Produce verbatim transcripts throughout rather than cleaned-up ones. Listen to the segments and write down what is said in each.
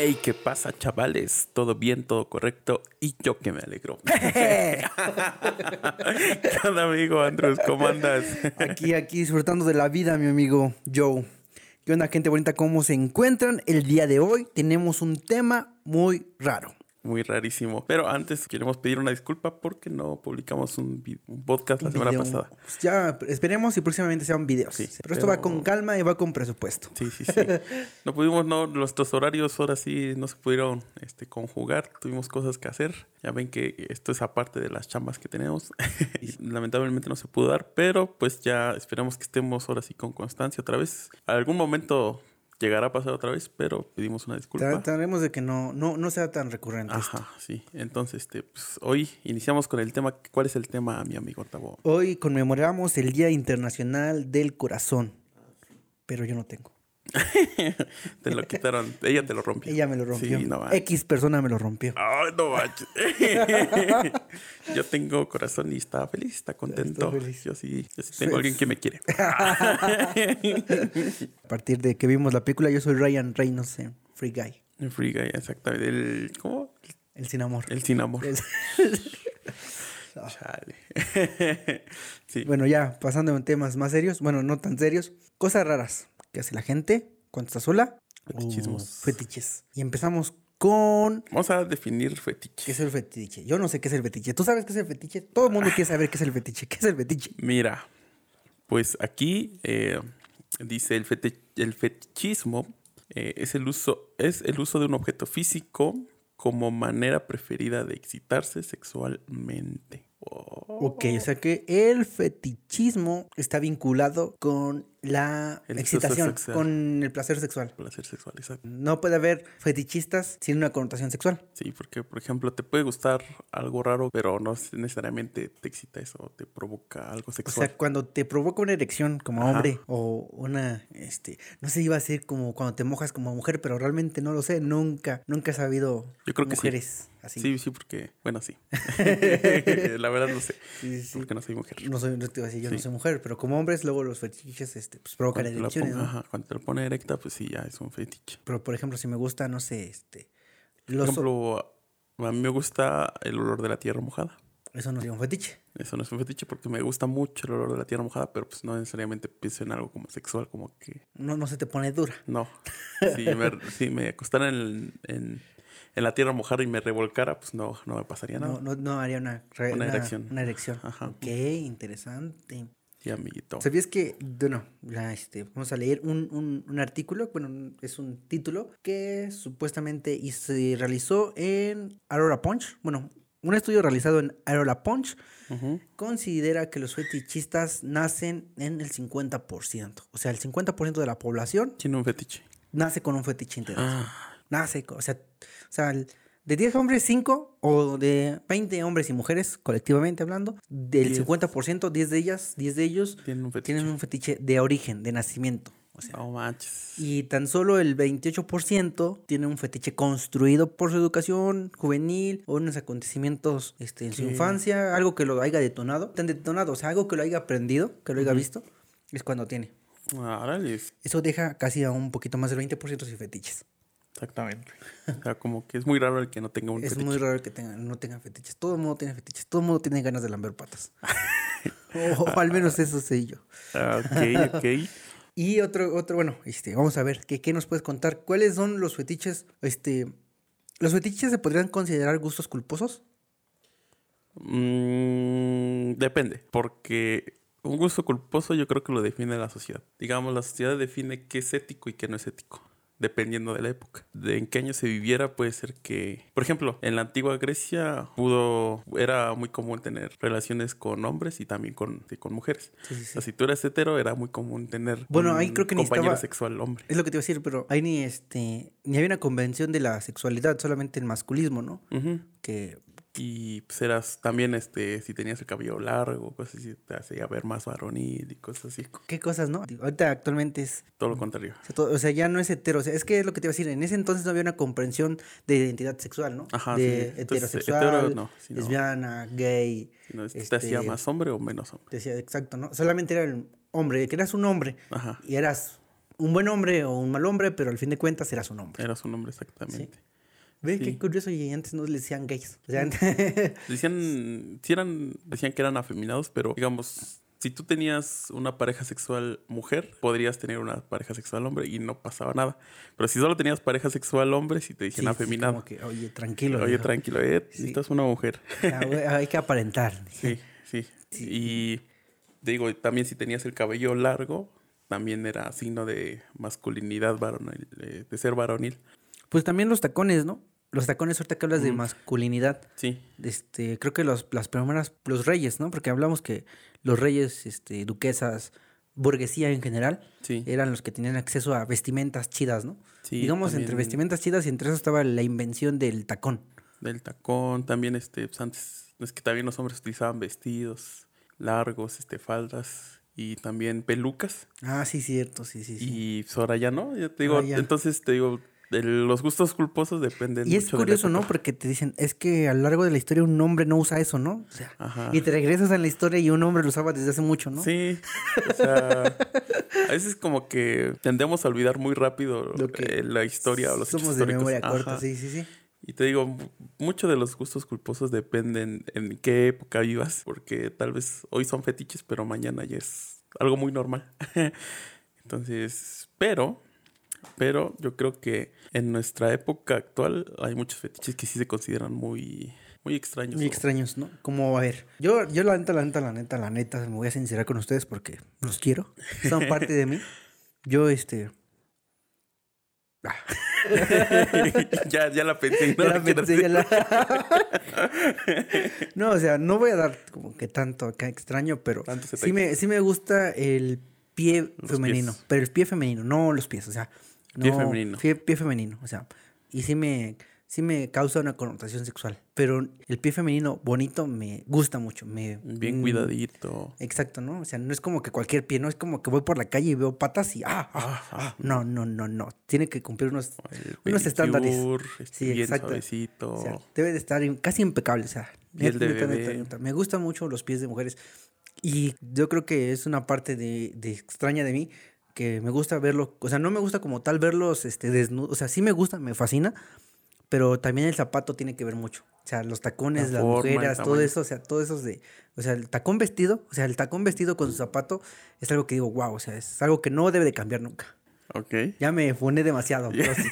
Hey, ¿qué pasa, chavales? ¿Todo bien? ¿Todo correcto? Y yo que me alegro. ¿Qué onda, amigo Andrés? ¿Cómo andas? Aquí, aquí, disfrutando de la vida, mi amigo Joe. ¿Qué onda, gente bonita? ¿Cómo se encuentran? El día de hoy tenemos un tema muy raro. Muy rarísimo. Pero antes queremos pedir una disculpa porque no publicamos un, vi- un podcast la Un semana video. pasada. Pues ya esperemos y próximamente sean videos. Sí, pero, pero- esto va con calma y va con presupuesto. Sí, sí, sí. No pudimos, no, nuestros horarios ahora sí no se pudieron este, conjugar. Tuvimos cosas que hacer. Ya ven que esto es aparte de las chambas que tenemos. Y lamentablemente no se pudo dar, pero pues ya esperamos que estemos ahora sí con constancia otra vez. Algún momento llegará a pasar otra vez, pero pedimos una disculpa. Tra- Trataremos de que no, no, no sea tan recurrente esto. Ajá, sí. Entonces, este, pues, hoy iniciamos con el tema. ¿Cuál es el tema, mi amigo Tabo? Hoy conmemoramos el Día Internacional del Corazón. Pero yo no tengo. Te lo quitaron. Ella te lo rompió. Ella me lo rompió. Sí, no manches. X persona me lo rompió. Ay, no manches. Yo tengo corazón y está feliz, está contento. Está feliz. Yo sí, yo sí tengo alguien que me quiere. A partir de que vimos la película, yo soy Ryan Reynolds en Free Guy. El Free Guy, exactamente. El, ¿cómo? El sin amor. El sin amor. El- Chale. Sí. Bueno, ya pasando en temas más serios, bueno, no tan serios, cosas raras que hace la gente cuando está sola. Fetichismos. o Fetiches. Y empezamos con... Vamos a definir ¿Qué fetiche. es el fetiche? Yo no sé qué es el fetiche. ¿Tú sabes qué es el fetiche? Todo el mundo quiere saber qué es el fetiche. ¿Qué es el fetiche? Mira, pues aquí eh, dice el, fete- el fetichismo eh, es el uso es el uso de un objeto físico como manera preferida de excitarse sexualmente. Oh. Ok, o sea que el fetichismo está vinculado con la El excitación, sexual. con el placer sexual. Placer sexual, exacto. No puede haber fetichistas sin una connotación sexual. Sí, porque por ejemplo te puede gustar algo raro, pero no necesariamente te excita eso, te provoca algo O sexual. sea, cuando te provoca una erección como Ajá. hombre o una, este, no sé, iba a ser como cuando te mojas como mujer, pero realmente no lo sé, nunca, nunca he sabido Yo creo que sí. mujeres así. Sí, sí, porque, bueno, sí. La verdad no sé, Sí, sí, sí. porque no soy mujer. No soy, no te iba a decir, yo no Sí. soy mujer, pero como hombres luego los fetiches, este, pues provocan Cuando te, la erecciones, pon- ¿no? ajá, cuando te lo pone erecta, pues sí, ya es un fetiche. Pero por ejemplo, si me gusta, no sé, este, Por los, ejemplo, a mí me gusta el olor de la tierra mojada. eso no sería un fetiche. Eso no es un fetiche porque me gusta mucho el olor de la tierra mojada, pero pues no necesariamente pienso en algo como sexual, como que No, no se te pone dura. no. Si me, si me acostara en, en, en la tierra mojada y me revolcara, pues no, no me pasaría nada. No, no, no haría una, re- Una erección. Una erección. Ajá. Ok, interesante. Sí, amiguito. ¿Sabías que, bueno, ya, este, vamos a leer un, un, un artículo, bueno, un- es un título que supuestamente y se realizó en Aurora Punch. Bueno, un estudio realizado en Aurora Punch Ujú. considera que los fetichistas nacen en el cincuenta por ciento. O sea, el cincuenta por ciento de la población Tiene un fetiche. nace con un fetiche integral. Ah, Nace, co- o sea, o sea, el- de diez hombres, cinco, o de veinte hombres y mujeres, colectivamente hablando, del diez. cincuenta por ciento, diez de ellas, diez de ellos tiene un fetiche. tienen un fetiche de origen, de nacimiento. O sea, No manches. y tan solo el veintiocho por ciento tiene un fetiche construido por su educación juvenil o unos acontecimientos este, en su Sí. infancia, algo que lo haya detonado, tan detonado, o sea, algo que lo haya aprendido, que lo haya visto, es cuando tiene. Ah, órale. Eso deja casi a un poquito más del veinte por ciento sin fetiches. Exactamente. O sea, como que es muy raro el que no tenga un Es fetiche. muy raro que tengan, no tengan fetiches. Todo el mundo tiene fetiches. Todo el mundo tiene ganas de lamber patas. o, o al menos eso sé yo. Ah, ok, ok. Y otro, otro, bueno, este, vamos a ver, ¿qué, qué nos puedes contar? ¿Cuáles son los fetiches? Este, ¿los fetiches se podrían considerar gustos culposos? Mm, depende, porque un gusto culposo yo creo que lo define la sociedad. Digamos, la sociedad define qué es ético y qué no es ético, dependiendo de la época. De en qué año se viviera puede ser que... Por ejemplo, en la antigua Grecia pudo... Era muy común tener relaciones con hombres y también con, sí, con mujeres. Sí, sí, O sí. sea, si tú eras hetero, era muy común tener Bueno, un ahí creo que ni compañero estaba- sexual hombre. Es lo que te iba a decir, pero ahí ni este, ni había una convención de la sexualidad, solamente el masculismo, ¿no? Ujú. Que Y pues eras también, este, si tenías el cabello largo, cosas así, te hacía ver más varonil y cosas así. qué cosas, ¿no? Ahorita actualmente es Todo lo contrario. O sea, todo- o sea, ya no es hetero. O sea, es que es lo que te iba a decir. En ese entonces no había una comprensión de identidad sexual, ¿no? Ajá, de sí. Entonces, heterosexual, hetero, no, sí, no. lesbiana, gay. Si no, ¿te este, hacía más hombre o menos hombre? Te decía, exacto, ¿no? Solamente era el hombre, que eras un hombre Ajá. y eras un buen hombre o un mal hombre, pero al fin de cuentas eras un hombre. Eras un hombre, exactamente. Sí. Ve, Sí. qué curioso, y antes no le decían gays. O sea, Decían, sí eran, decían que eran afeminados, pero digamos, si tú tenías una pareja sexual mujer, podrías tener una pareja sexual hombre y no pasaba nada. Pero si solo tenías pareja sexual hombre, si te dicen sí, afeminado. como que, oye, tranquilo. Oye, viejo. tranquilo, eh, Sí. necesitas una mujer. Ah, güey, hay que aparentar. Sí, sí, Sí. Y digo, también si tenías el cabello largo, también era signo de masculinidad varonil, eh, de ser varonil. Pues también los tacones, ¿no? Los tacones, ahorita que hablas de Mm. masculinidad, Sí, este, creo que los, las primeras, los reyes, ¿no? Porque hablamos que los reyes, este, duquesas, burguesía en general, sí. eran los que tenían acceso a vestimentas chidas, ¿no? Sí, Digamos, entre también vestimentas chidas y entre eso estaba la invención del tacón. del tacón, también este, pues antes, es que también los hombres utilizaban vestidos largos, este, faldas y también pelucas. Ah, sí, cierto, sí, sí, sí. Y pues ahora ya no, ya te digo, Ahora ya. entonces te digo, de los gustos culposos dependen Y es mucho de la curioso, ¿no? época. Porque te dicen, es que a lo largo de la historia un hombre no usa eso, ¿no? O sea, Ajá. y te regresas en la historia y un hombre lo usaba desde hace mucho, ¿no? Sí, o sea, a veces como que tendemos a olvidar muy rápido Lo que eh, la historia o los hechos Somos de históricos. memoria corta, Ajá. sí, sí, sí. Y te digo, mu- mucho de los gustos culposos dependen en qué época vivas, porque tal vez hoy son fetiches, pero mañana ya es algo muy normal. Entonces, pero, pero yo creo que en nuestra época actual hay muchos fetiches que sí se consideran muy, muy extraños. Muy o- extraños, ¿no? Como, a ver, yo, yo la neta, la neta, la neta, la neta, me voy a sincerar con ustedes porque los quiero. Son parte de mí. Yo, este... ah, ya, ya la pensé. No ya la la quiero pensé, ya hacer. la- No, o sea, no voy a dar como que tanto acá extraño, pero Tantos sí me, detalles. sí me gusta el pie Los femenino. pies. Pero el pie femenino, no los pies, o sea. El pie no, femenino. Pie, pie femenino, o sea. Y sí me, sí me causa una connotación sexual. Pero el pie femenino bonito me gusta mucho. Me, Bien mm, cuidadito. Exacto, ¿no? O sea, no es como que cualquier pie, no es como que voy por la calle y veo patas y ah, ah, ah. No, no, no, no. Tiene que cumplir unos, El unos estándares. pedicure, este, Sí, bien exacto. suavecito. O sea, debe de estar in- casi impecable, o sea. Piel de neta, neta, bebé. neta. Me gustan mucho los pies de mujeres. Y yo creo que es una parte de, de extraña de mí que me gusta verlo. O sea, no me gusta como tal verlos este, desnudos. O sea, sí me gusta, me fascina. Pero también el zapato tiene que ver mucho. O sea, los tacones, La las forma, el mujeres, todo tamaño. eso, o sea, todo eso es de. O sea, el tacón vestido, o sea, el tacón vestido con su zapato es algo que digo, wow, o sea, es algo que no debe de cambiar nunca. Ok. Ya me funé demasiado. Pero sí.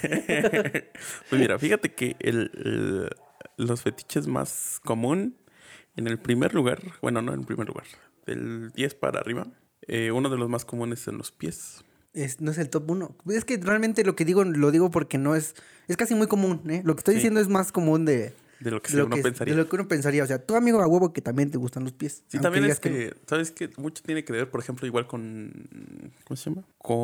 Pues mira, fíjate que el, el- los fetiches más común, en el primer lugar, bueno, no en el primer lugar, del diez para arriba, eh, uno de los más comunes es en los pies. Es, no es el top uno. Es que realmente lo que digo, lo digo porque no es. Es casi muy común, ¿eh? Lo que estoy Sí. diciendo es más común de. De lo que de lo uno que, pensaría. de lo que uno pensaría. O sea, tu amigo a huevo que también te gustan los pies. Sí, aunque también digas es que, ¿sabes qué? Mucho tiene que ver, por ejemplo, igual con, ¿cómo se llama?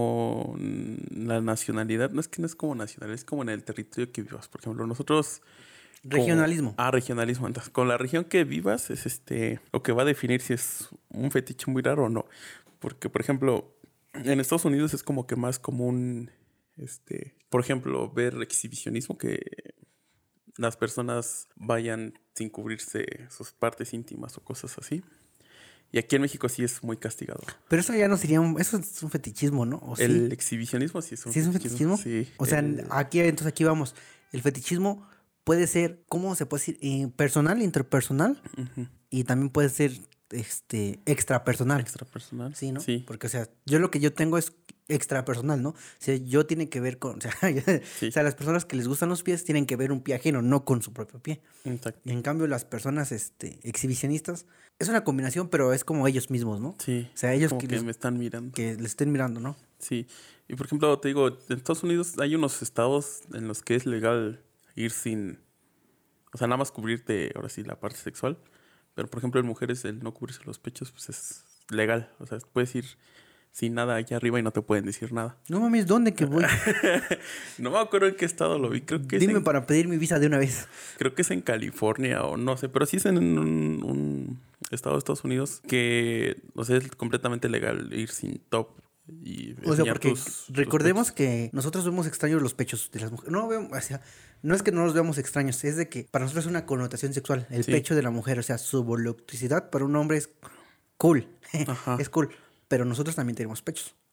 Con la nacionalidad. No es que no es como nacionalidad, es como en el territorio que vivas. Por ejemplo, nosotros... no. Regionalismo. Como- ah, regionalismo. Entonces, con la región que vivas es este lo que va a definir si es un fetiche muy raro o no. Porque, por ejemplo, en Estados Unidos es como que más común, este, por ejemplo, ver exhibicionismo, que las personas vayan sin cubrirse sus partes íntimas o cosas así. Y aquí en México sí es muy castigador. Pero eso ya no sería un. Eso es un fetichismo, ¿no? ¿O sí? El exhibicionismo sí es un ¿Sí es un fetichismo? Sí. O sea, el- aquí, entonces aquí vamos. El fetichismo puede ser, ¿cómo se puede decir? Eh, personal, interpersonal. Ujú. Y también puede ser este extrapersonal. Extrapersonal. Sí, ¿no? Sí. Porque, o sea, yo lo que yo tengo es extrapersonal, ¿no? O sea, yo tiene que ver con, o sea, Sí. o sea, las personas que les gustan los pies tienen que ver un pie ajeno, no con su propio pie. Exacto. Y en cambio, las personas este, exhibicionistas, es una combinación, pero es como ellos mismos, ¿no? Sí. O sea, ellos como que que, les- me están mirando. Que les estén mirando, ¿no? Sí. Y por ejemplo, te digo, en Estados Unidos hay unos estados en los que es legal ir sin. O sea, nada más cubrirte, ahora sí, la parte sexual. Pero por ejemplo, en mujeres, el no cubrirse los pechos, pues es legal. O sea, puedes ir sin nada allá arriba y no te pueden decir nada. No mames, ¿dónde que voy? No me acuerdo en qué estado lo vi. Creo que es Dime en, para pedir mi visa de una vez. creo que es en California o no sé. Pero sí es en un, un estado de Estados Unidos que, o sea, es completamente legal ir sin top. Y O sea, enseñar porque tus- tus recordemos pechos. que nosotros vemos extraños los pechos de las mujeres. No vemos, o sea, no es que no los veamos extraños, es de que para nosotros es una connotación sexual, el Sí. pecho de la mujer, o sea, su voluptuosidad para un hombre es cool, Ajá. es cool, pero nosotros también tenemos pechos.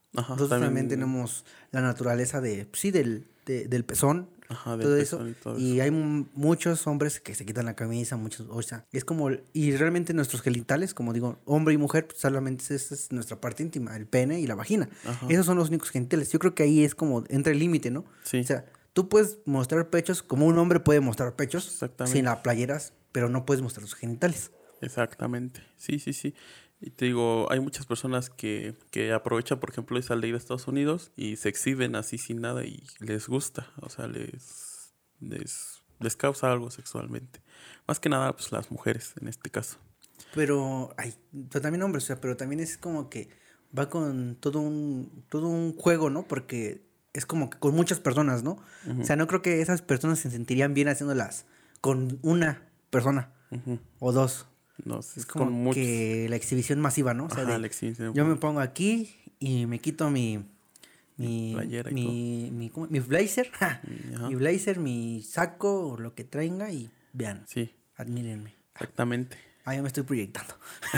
Ajá, Nosotros también, también- tenemos la naturaleza de, sí, del, de- del pezón, Ajá, del todo pezón eso. y todo Y eso. hay mu- muchos hombres que se quitan la camisa, muchos, o sea, es como, y realmente nuestros genitales, como digo, hombre y mujer, pues solamente esa es nuestra parte íntima, el pene y la vagina. Ajá. Esos son los únicos genitales. Yo creo que ahí es como, entra el límite, ¿no? Sí. O sea, tú puedes mostrar pechos como un hombre puede mostrar pechos Exactamente. sin la playeras, pero no puedes mostrar sus genitales. Exactamente. Sí, sí, sí. Y te digo, hay muchas personas que, que aprovechan, por ejemplo, esa ley de Estados Unidos y se exhiben así sin nada y les gusta. O sea, les, les, les causa algo sexualmente. Más que nada, pues las mujeres en este caso. Pero, ay, pero también hombres, o sea, pero también es como que va con todo un, todo un juego, ¿no? Porque es como que con muchas personas, ¿no? Ujú. O sea, no creo que esas personas se sentirían bien haciéndolas con una persona Ujú. o dos. No, sí, Es con como muchos. que la exhibición masiva, ¿no? O sea, Ajá, de, la exhibición. yo me pongo aquí y me quito mi, mi, Playera y mi, mi, ¿cómo? mi blazer, ja, Y- ajá. mi blazer, mi saco o lo que traiga y vean, Sí, admírenme. exactamente. Ah, yo me estoy proyectando.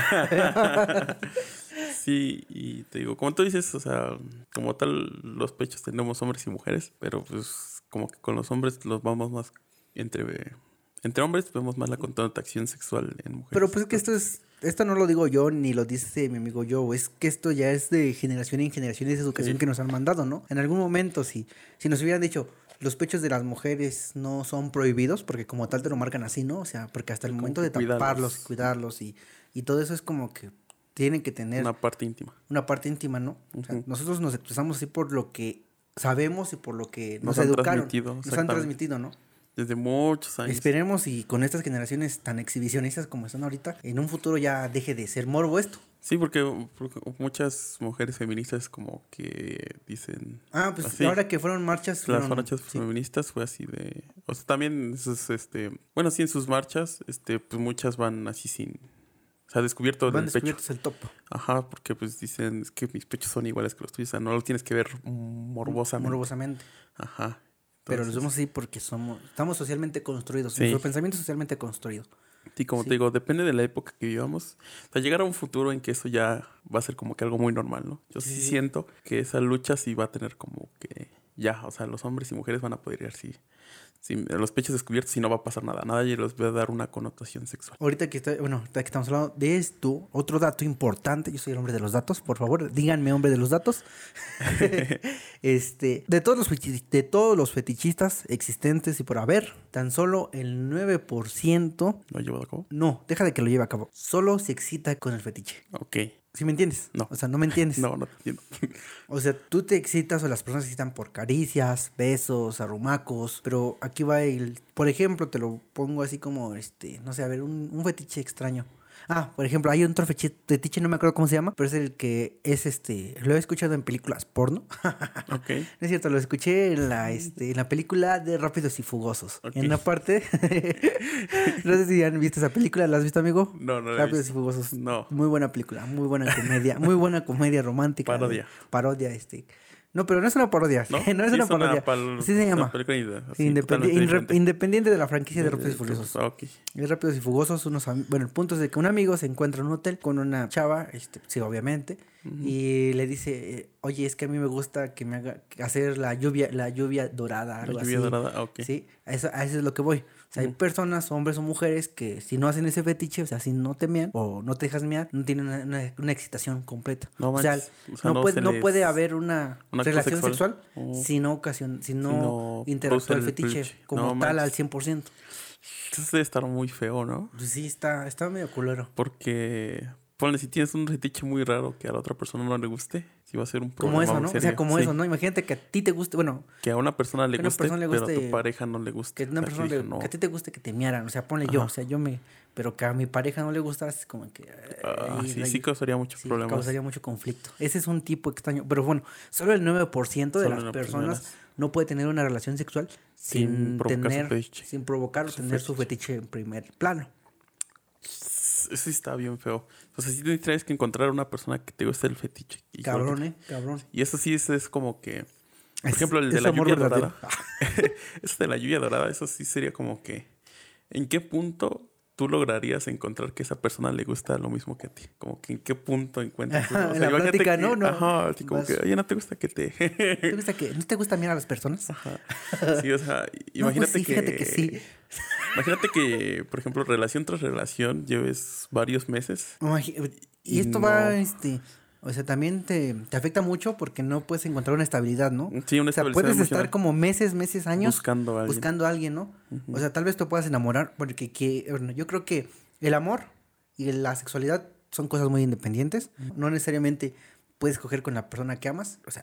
Sí, y te digo, como tú dices, o sea, como tal, los pechos tenemos hombres y mujeres, pero pues como que con los hombres los vamos más entre... Entre hombres vemos más la connotación sexual en mujeres. Pero pues es que esto es, esto no lo digo yo ni lo dice mi amigo Joe, es que esto ya es de generación en generación, es educación Sí. que nos han mandado, ¿no? En algún momento, si, si nos hubieran dicho, los pechos de las mujeres no son prohibidos, porque como tal te lo marcan así, ¿no? O sea, porque hasta el Como momento que de taparlos cuidarlos. y cuidarlos y, y todo eso es como que tienen que tener Una una, parte íntima. parte íntima, ¿no? O sea, Ujú. nosotros nos expresamos así por lo que sabemos y por lo que nos, Nos han educaron, transmitido, nos han exactamente. transmitido, ¿no? Desde muchos años. Esperemos y con estas generaciones tan exhibicionistas como están ahorita, en un futuro ya deje de ser morbo esto. Sí, porque, porque muchas mujeres feministas como que dicen... Ah, pues así. ahora que fueron marchas... Las fueron- marchas sí. feministas fue así de... O sea, también esos, este... Bueno, sí, en sus marchas, este, pues muchas van así sin... O sea, descubierto Van del pecho. descubiertos el topo. Ajá, porque pues dicen es que mis pechos son iguales que los tuyos. O sea, no lo tienes que ver morbosamente. Morbosamente. Ajá. Pero los Entonces, vemos así porque somos, estamos socialmente construidos. Sí. Nuestro pensamiento es socialmente construido. sí, como Sí. te digo, depende de la época que vivamos. O sea, llegar a un futuro en que eso ya va a ser como que algo muy normal, ¿no? Yo sí, Sí. siento que esa lucha sí va a tener como que ya, o sea, los hombres y mujeres van a poder ir así, sin los pechos descubiertos y no va a pasar nada. Nada y les va a dar una connotación sexual. Ahorita que estoy, bueno, ahorita que estamos hablando de esto, otro dato importante, yo soy el hombre de los datos, por favor, díganme hombre de los datos. este, de todos los feti- de todos los fetichistas existentes y por haber, tan solo el nueve por ciento, ¿Lo he llevado a cabo? no, deja de que lo lleve a cabo, solo se excita con el fetiche. Ok. ¿Sí me entiendes? No. O sea, no me entiendes. No, no te entiendo. O sea, tú te excitas o las personas se excitan por caricias, besos, arrumacos, pero aquí va el... Por ejemplo, te lo pongo así como, este, no sé, a ver, un, un fetiche extraño. Ah, por ejemplo, hay otro fechi- fetiche, no me acuerdo cómo se llama, pero es el que es, este, lo he escuchado en películas porno. Ok. No es cierto, lo escuché en la, este, en la película de Rápidos y Fugosos. Ok. En una parte, no sé si han visto esa película, ¿la has visto, amigo? No, no la he Rápidos visto. y Fugosos. No. Muy buena película, muy buena comedia, muy buena comedia romántica. Parodia. eh, Parodia, este. No, pero no es una parodia. ¿No? No, es Sí una parodia. pal- Así se llama. Una película inde- así, Independi- totalmente inre- diferente. independiente de la franquicia de De- Rápidos y de- Furiosos. Ah, ok. Es Rápidos y Fugosos, unos am- bueno, el punto es de que un amigo se encuentra en un hotel con una chava, este, sí, obviamente, y le dice, eh, oye, es que a mí me gusta que me haga hacer la lluvia, la lluvia dorada, algo La lluvia así. dorada, ah, ok. Sí, a eso, a eso es lo que voy. O sea, hay personas, hombres o mujeres, que si no hacen ese fetiche, o sea, si no te mean o no te dejas mear, no tienen una, una- una excitación completa. No o sea, manches. O sea, no, no puede, se no les- puede haber una, un acto relación sexual. sexual, Oh. si no ocasión, si no, no interactúa produce el el fetiche fetiche. como No tal manches. al cien por ciento. Entonces debe estar muy feo, ¿no? Pues sí, está, está medio culero. Porque, ponle, si tienes un fetiche muy raro que a la otra persona no le guste, si va a ser un problema Como eso, muy ¿no? O serio. sea, como Sí. eso, ¿no? Imagínate que a ti te guste, bueno, Que a una persona le Que a una guste, persona le pero a guste- tu pareja no le guste. que a una O sea, persona le- diga, no. que a ti te guste que te miaran, o sea, ponle yo, Ajá. o sea, yo me, pero que a mi pareja no le gusta, es como que... Ah, ay, sí, sí rayos. causaría muchos Sí, problemas. causaría mucho conflicto. Ese es un tipo extraño. Pero bueno, solo el nueve por ciento de Solo las el nueve por ciento personas de las- no puede tener una relación sexual Sin sin, provocar su tener, fetiche. sin provocar o Su tener su fetiche en primer plano. Eso sí está bien feo. O sea, sí tienes que encontrar una persona que te guste el fetiche. Y Cabrón, ¿eh? Cabrón. Y eso sí es, es como que... Por Es- ejemplo, el de es la amor lluvia verdadero. dorada. Eso de la lluvia dorada, eso sí sería como que... ¿En qué punto tú lograrías encontrar que a esa persona le gusta lo mismo que a ti? Como que en qué punto encuentras. Ajá, O sea, en la imagínate plática, que- ¿no? No. Ajá, así como Vas- que, oye, ¿no te gusta que te...? ¿Te gusta que, ¿No te gusta mirar a las personas? Ajá. Sí, o sea, No, pues imagínate sí, que... fíjate que sí. Imagínate que, por ejemplo, relación tras relación lleves varios meses. Imagi- Y Y esto no- va, este, o sea, también te, te afecta mucho porque no puedes encontrar una estabilidad, ¿no? Sí, una O sea, estabilidad puedes emocional. estar como meses, meses, años Buscando a alguien. buscando a alguien, ¿no? O sea, tal vez te puedas enamorar porque que, bueno, yo creo que el amor y la sexualidad son cosas muy independientes. No necesariamente puedes coger con la persona que amas. O sea,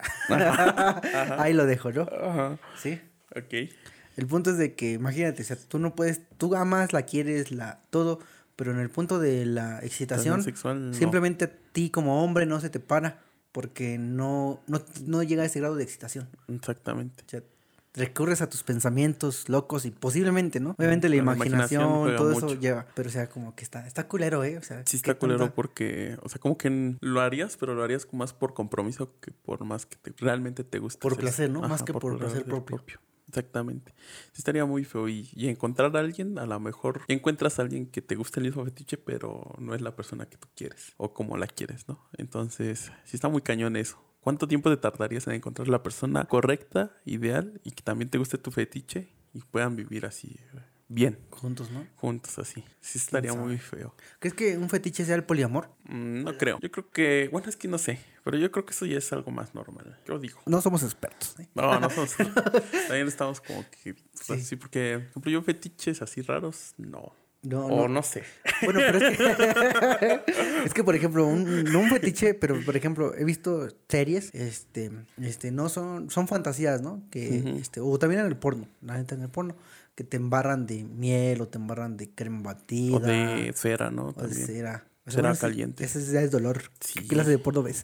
ahí lo dejo, ¿no? Ajá. Sí. Ok. El punto es de que, imagínate, o sea, tú no puedes, tú amas, la quieres, la todo, pero en el punto de la excitación, sexual, no. simplemente a ti como hombre no se te para porque no, no, no llega a ese grado de excitación. Exactamente. O sea, recurres a tus pensamientos locos y posiblemente, ¿no? Obviamente la Pero la imaginación, imaginación juega todo eso mucho. lleva, pero o sea, como que está, está culero, ¿eh? O sea, Sí ¿qué está culero tanta- porque, o sea, como que n- lo harías, pero lo harías más por compromiso que por más que te- realmente te guste. Por hacer placer, eso. ¿no? Más que por placer propio. Exactamente. Sí estaría muy feo y, y encontrar a alguien, a lo mejor encuentras a alguien que te guste el mismo fetiche, pero no es la persona que tú quieres o como la quieres, ¿no? Entonces, sí está muy cañón eso. ¿Cuánto tiempo te tardarías en encontrar la persona correcta, ideal y que también te guste tu fetiche y puedan vivir así eh, bien, Juntos, ¿no? juntos así? Sí estaría sabe? muy feo. ¿Crees que un fetiche sea el poliamor? Mm, no creo. Yo creo que, bueno, es que no sé, pero yo creo que eso ya es algo más normal. Yo digo. No somos expertos, ¿eh? No, no somos. También estamos como que, pues, Sí. así, porque, por ejemplo, yo fetiches así raros, no. No, O no. no sé. Bueno, pero es que, es que, por ejemplo, un, no un fetiche, pero por ejemplo, he visto series, este, este, no son, son fantasías, ¿no? Que, Ujú. este, o también en el porno, la neta en el porno, que te embarran de miel o te embarran de crema batida. O de cera, ¿no? o de También. cera. O Cera ese- caliente. Ese ya es dolor. Sí. ¿Qué clase de porno ves?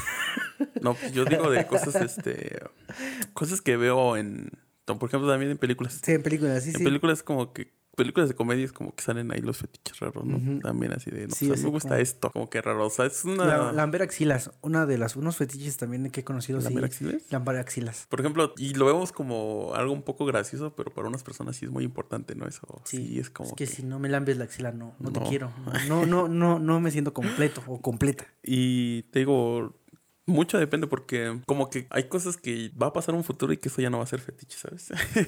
No, pues, yo digo de cosas, este, cosas que veo en, por ejemplo, también en películas. Sí, en películas, sí, en sí. películas como que, películas de comedia es como que salen ahí los fetiches raros, ¿no? Ujú. También así de, no, Sí, pues, a mí así me gusta como- esto, como que raro. O sea, es una... La, lamber axilas, una de las, unos fetiches también que he conocido, ¿Lamber sí. axilas? Lamber axilas. Por ejemplo, y lo vemos como algo un poco gracioso, pero para unas personas sí es muy importante, ¿no? Eso sí, Sí, es como es que, que- si no me lambes la axila, no, no, te No. quiero. No, no, no, no me siento completo o completa. Y te digo, mucho depende porque como que hay cosas que va a pasar en un futuro y que eso ya no va a ser fetiche, ¿sabes?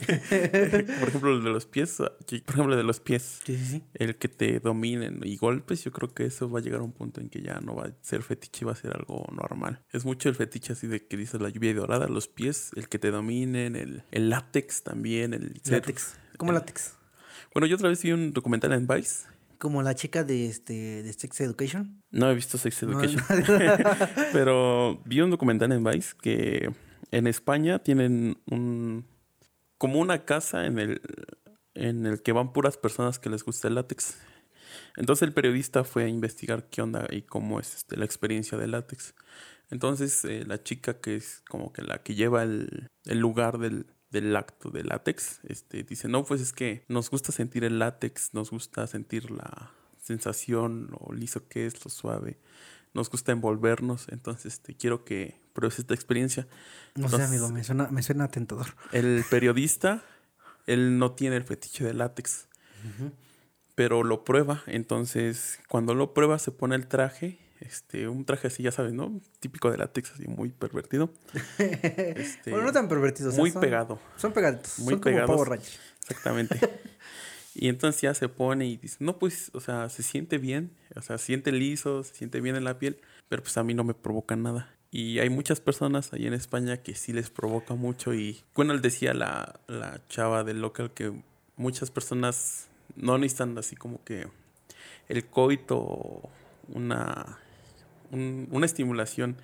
Por ejemplo, el de los pies, que- por ejemplo, el de los pies, Sí, sí, sí. el que te dominen y golpes, yo creo que eso va a llegar a un punto en que ya no va a ser fetiche y va a ser algo normal. Es mucho el fetiche así de que dices la lluvia dorada, los pies, el que te dominen, el, el látex también, el ser- Látex. ¿Cómo el- látex? Bueno, yo otra vez vi un documental en Vice. Como la chica de este de Sex Education. No he visto Sex No, Education. no. Pero vi un documental en Vice que en España tienen un como una casa en el en el que van puras personas que les gusta el látex. Entonces el periodista fue a investigar qué onda y cómo es este, la experiencia del látex. Entonces eh, la chica que es como que la que lleva el, el lugar del, del acto del látex, este, dice, no, pues es que nos gusta sentir el látex, nos gusta sentir la sensación, lo liso que es, lo suave, nos gusta envolvernos, entonces este, quiero que pruebes esta experiencia. No sé, Entonces, amigo, me suena, me suena tentador. El periodista, él no tiene el fetiche del látex, pero lo prueba, entonces cuando lo prueba se pone el traje, este, un traje así, ya sabes, ¿no? Típico de látex, así muy pervertido. Este, Bueno, no tan pervertidos. o sea, muy son- pegado. Son pegaditos. Muy son pegados. como Power Rangers. Exactamente. Y entonces ya se pone y dice, no, pues, o sea, se siente bien, o sea, se siente liso, se siente bien en la piel, pero pues a mí no me provoca nada. Y hay muchas personas ahí en España que sí les provoca mucho y, bueno, él decía la, la chava del local que muchas personas no necesitan así como que el coito, una, un- una estimulación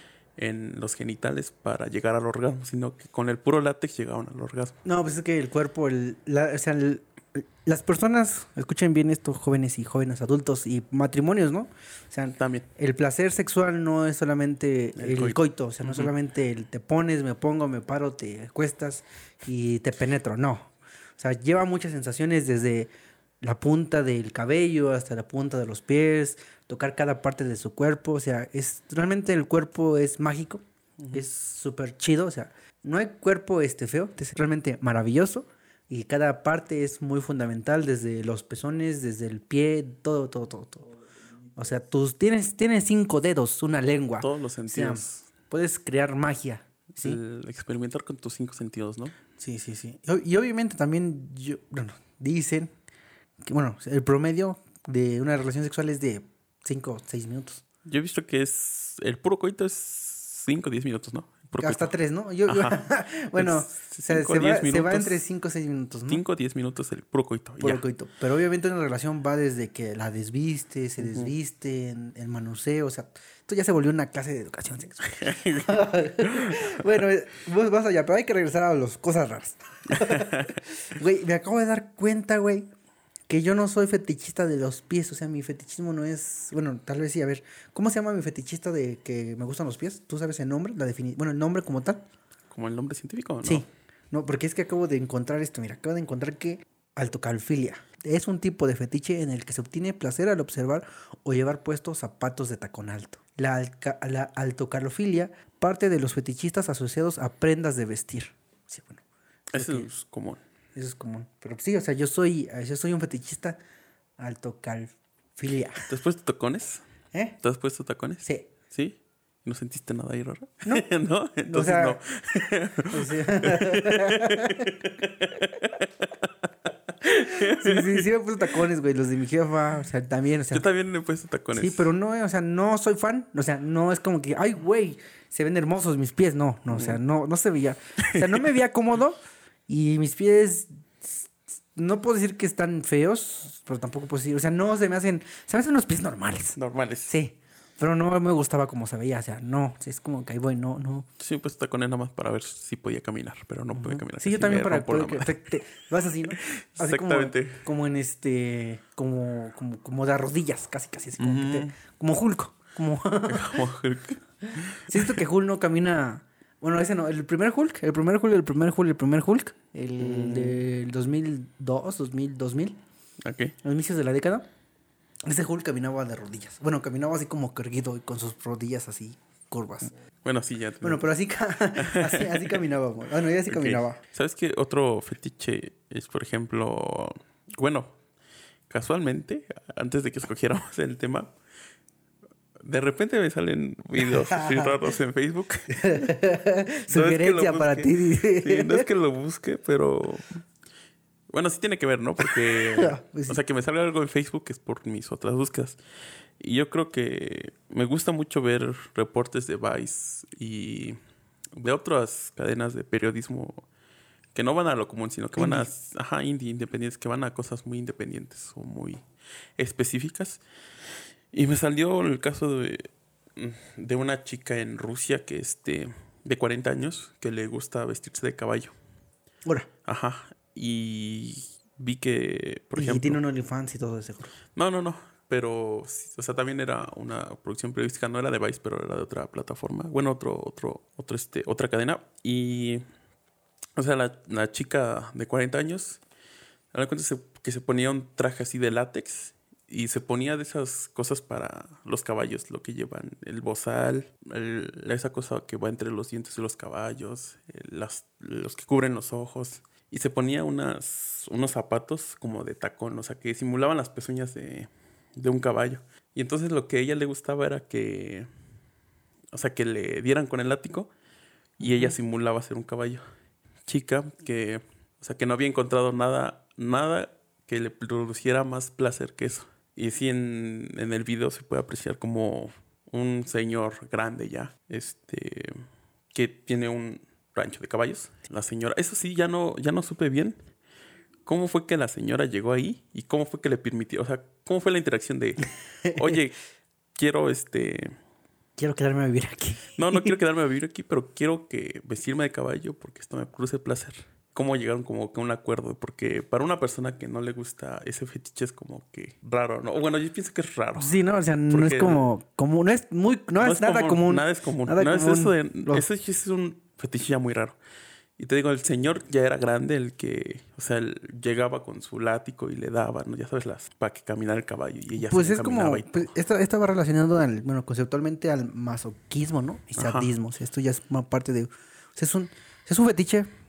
en los genitales para llegar al orgasmo, sino que con el puro látex llegaban al orgasmo. No, pues es que el cuerpo, el, la- o sea, el- las personas, escuchen bien esto, jóvenes y jóvenes adultos y matrimonios, ¿no? O sea, También. el placer sexual no es solamente El el, coito. coito. o sea, no es Ujú. solamente el te pones, me pongo, me paro, te acuestas y te penetro, no. O sea, lleva muchas sensaciones desde la punta del cabello hasta la punta de los pies, tocar cada parte de su cuerpo, o sea, es realmente el cuerpo es mágico, es súper chido, o sea, no hay cuerpo este feo, es realmente maravilloso, Y cada parte es muy fundamental, desde los pezones, desde el pie, todo, todo, todo, todo. O sea, tú tienes, tienes cinco dedos, una lengua. Todos los sentidos. O sea, puedes crear magia, ¿sí? El experimentar con tus cinco sentidos, ¿no? Sí, sí, sí. Y, y obviamente también, yo, bueno, dicen que, bueno, el promedio de una relación sexual es de cinco o seis minutos. Yo he visto que es... El puro coito es cinco o diez minutos, ¿no? Hasta tres, ¿no? Yo, yo bueno, es se, cinco, se, va, minutos, se va entre cinco o seis minutos, ¿no? cinco o diez minutos el puro coito. Puro ya. coito. Pero obviamente una relación va desde que la desviste, se desviste, uh-huh. el manoseo, o sea, esto ya se volvió una clase de educación sexual. Bueno, vos vas allá, pero hay que regresar a las cosas raras. Güey, me acabo de dar cuenta, güey, que yo no soy fetichista de los pies. O sea, mi fetichismo no es... Bueno, tal vez sí, a ver. ¿Cómo se llama mi fetichista de que me gustan los pies? ¿Tú sabes el nombre? La defini- bueno, el nombre como tal. ¿Como el nombre científico o no? Sí. No, porque es que acabo de encontrar esto. Mira, acabo de encontrar que altocalfilia es un tipo de fetiche en el que se obtiene placer al observar o llevar puestos zapatos de tacón alto. La, alca- la altocalfilia parte de los fetichistas asociados a prendas de vestir. Sí, bueno. Eso que... es común. Eso es común. Pero sí, o sea, yo soy, yo soy un fetichista altocalfilia. ¿Te has puesto tacones? ¿Eh? ¿Te has puesto tacones? Sí. ¿Sí? ¿No sentiste nada ahí raro? No. ¿No? Entonces o sea, no. Pues, sí. sí, sí, sí me he puesto tacones, güey. Los de mi jefa, o sea, también, o sea. Yo también me he puesto tacones. Sí, pero no, o sea, no soy fan. O sea, no es como que, ay, güey, se ven hermosos mis pies. No, no, o sea, no, no se veía. O sea, no me veía cómodo. Y mis pies, no puedo decir que están feos, pero tampoco puedo decir, o sea, no se me hacen, se me hacen unos pies normales. Normales. Sí, pero no me gustaba cómo se veía, o sea, no, es como que ahí voy, no, no. Sí, me he puesto tacones nada más para ver si podía caminar, pero no uh-huh. podía caminar. Sí, yo también para poder que te, te, vas así, ¿no? Así Exactamente. Como, como en este, como, como, como de rodillas, casi, casi, así como uh-huh. que te, como Hulk, como. Como Hulk. Siento que Hulk no camina. Bueno, ese no, el primer Hulk, el primer Hulk, el primer Hulk, el primer Hulk, el mm. del dos mil dos, dos mil, dos mil. Ok. Los inicios de la década. Ese Hulk caminaba de rodillas. Bueno, caminaba así como erguido y con sus rodillas así curvas. Bueno, sí, ya. Te... Bueno, pero así, así, así caminaba. Bueno, ya así okay. caminaba. ¿Sabes qué? Otro fetiche es, por ejemplo... Bueno, casualmente, antes de que escogiéramos el tema... De repente me salen videos así raros en Facebook. Sugerencia no para ti. Sí, no es que lo busque, pero... Bueno, sí tiene que ver, ¿no? Porque... pues sí. O sea, que me salga algo en Facebook es por mis otras búsquedas. Y yo creo que me gusta mucho ver reportes de Vice y de otras cadenas de periodismo que no van a lo común, sino que indie. van a... Ajá, indie, independientes, que van a cosas muy independientes o muy específicas. Y me salió el caso de, de una chica en Rusia que este de cuarenta años que le gusta vestirse de caballo. Ahora. Ajá. Y vi que, por y ejemplo... Y tiene un OnlyFans y todo eso. No, no, no. Pero, o sea, también era una producción periodística. No era de Vice, pero era de otra plataforma. Bueno, otro, otro, otro, este, otra cadena. Y, o sea, la, la chica de cuarenta años, a la cuenta se, que se ponía un traje así de látex. Y se ponía de esas cosas para los caballos, lo que llevan, el bozal, el, esa cosa que va entre los dientes de los caballos, el, las, los que cubren los ojos. Y se ponía unas, unos zapatos como de tacón, o sea, que simulaban las pezuñas de, de un caballo. Y entonces lo que a ella le gustaba era que, o sea, que le dieran con el látigo y ella simulaba ser un caballo. Chica que, o sea, que no había encontrado nada, nada que le produciera más placer que eso. Y sí, en, en el video se puede apreciar como un señor grande ya, este, que tiene un rancho de caballos. La señora, eso sí, ya no, ya no supe bien cómo fue que la señora llegó ahí y cómo fue que le permitió, o sea, cómo fue la interacción de, oye, quiero este... Quiero quedarme a vivir aquí. No, no quiero quedarme a vivir aquí, pero quiero que vestirme de caballo porque esto me produce placer. ¿Cómo llegaron como que a un acuerdo? Porque para una persona que no le gusta ese fetiche es como que raro, ¿no? Bueno, yo pienso que es raro. Sí, no, o sea, no es como, como no es muy, no, no es, es nada común, común. Nada es común. Nada no común. es eso de, no. Ese es un fetiche ya muy raro. Y te digo, el señor ya era grande, el que, o sea, él llegaba con su látigo y le daba, ¿no? Ya sabes, las para que caminara el caballo y ella pues se es como, pues esto, esto va relacionado al, bueno, conceptualmente al masoquismo, ¿no? Y sadismo. O sea, esto ya es una parte de, o sea, es un, es un fetiche.